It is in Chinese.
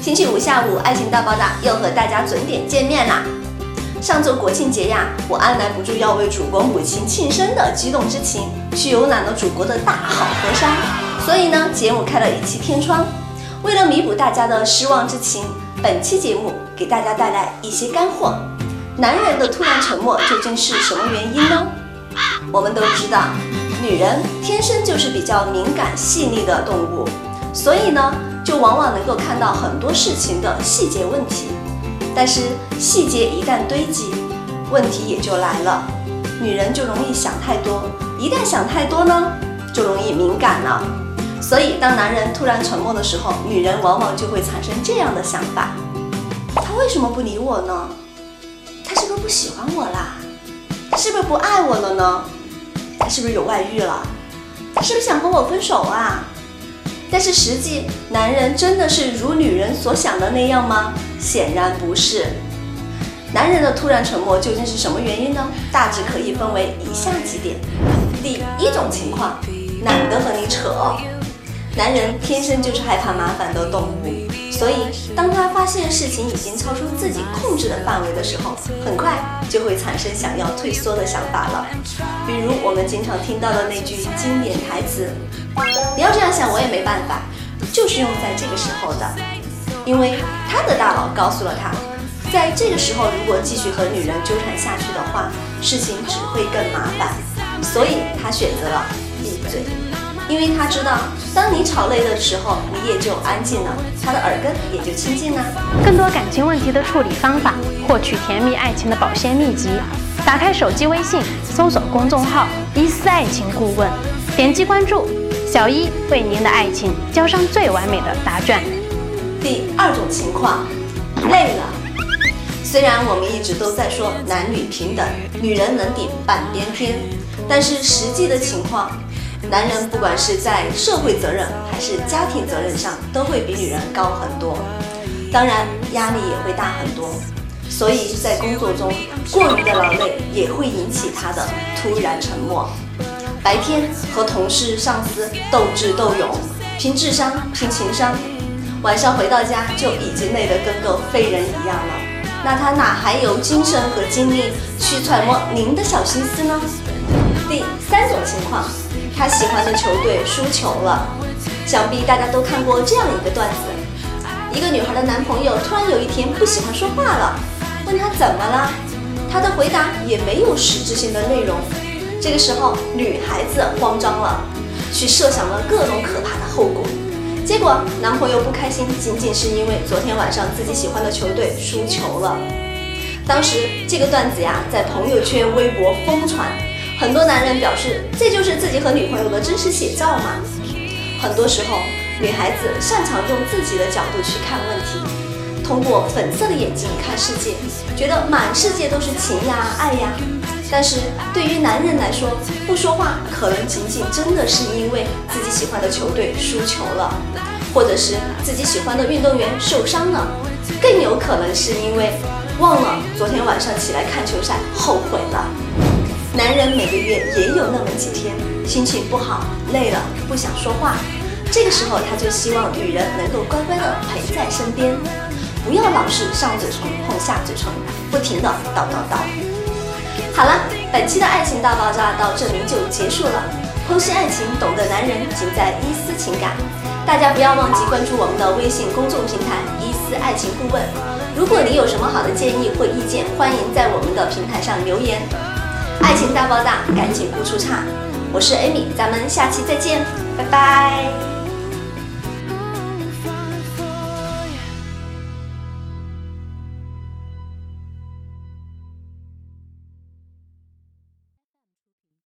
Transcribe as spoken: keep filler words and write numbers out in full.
星期五下午，《爱情大爆炸》又和大家准点见面啦。上周国庆节呀，我按耐不住要为祖国母亲庆生的激动之情，去游览了祖国的大好河山，所以呢，节目开了一期天窗。为了弥补大家的失望之情，本期节目给大家带来一些干货。男人的突然沉默究竟是什么原因呢？我们都知道，女人天生就是比较敏感细腻的动物，所以呢，就往往能够看到很多事情的细节问题。但是细节一旦堆积，问题也就来了。女人就容易想太多，一旦想太多呢，就容易敏感了。所以当男人突然沉默的时候，女人往往就会产生这样的想法：他为什么不理我呢？他是不是不喜欢我啦？他是不是不爱我了呢？他是不是有外遇了？他是不是想和我分手啊？但是实际，男人真的是如女人所想的那样吗？显然不是。男人的突然沉默究竟是什么原因呢？大致可以分为以下几点。第一种情况，懒得和你扯。男人天生就是害怕麻烦的动物，所以当他发现事情已经超出自己控制的范围的时候，很快就会产生想要退缩的想法了。比如我们经常听到的那句经典台词：你要这样想，我也没办法，就是用在这个时候的。因为他的大脑告诉了他，在这个时候如果继续和女人纠缠下去的话，事情只会更麻烦，所以他选择了闭嘴。因为他知道，当你吵累的时候，你也就安静了，他的耳根也就清净了。 更多感情问题的处理方法，获取甜蜜爱情的保鲜秘籍，打开手机微信，搜索公众号伊思爱情顾问，点击关注，小伊为您的爱情交上最完美的答卷。 第二种情况，累了。虽然我们一直都在说男女平等，女人能顶半边天，但是实际的情况，男人不管是在社会责任还是家庭责任上，都会比女人高很多，当然压力也会大很多。所以在工作中过于的劳累也会引起他的突然沉默。白天和同事上司斗智斗勇，拼智商拼情商，晚上回到家就已经累得跟个废人一样了，那他哪还有精神和精力去揣摩您的小心思呢？第三种情况，他喜欢的球队输球了。想必大家都看过这样一个段子：一个女孩的男朋友突然有一天不喜欢说话了，问他怎么了，他的回答也没有实质性的内容。这个时候女孩子慌张了，去设想了各种可怕的后果。结果男朋友不开心，仅仅是因为昨天晚上自己喜欢的球队输球了。当时这个段子呀，在朋友圈微博疯传，很多男人表示这就是自己和女朋友的真实写照嘛。很多时候女孩子擅长用自己的角度去看问题，通过粉色的眼睛看世界，觉得满世界都是情呀爱呀。但是对于男人来说，不说话可能仅仅真的是因为自己喜欢的球队输球了，或者是自己喜欢的运动员受伤了，更有可能是因为忘了昨天晚上起来看球赛后悔了。男人每个月也有那么几天心情不好，累了不想说话，这个时候他就希望女人能够乖乖的陪在身边，不要老是上嘴唇碰下嘴唇，不停的叨叨叨。好了，本期的爱情大爆炸到这里就结束了。剖析爱情，懂得男人，尽在伊思情感。大家不要忘记关注我们的微信公众平台伊思爱情顾问。如果你有什么好的建议或意见，欢迎在我们的平台上留言。爱情大爆炸，感情不出差。我是 Amy， 咱们下期再见，拜拜。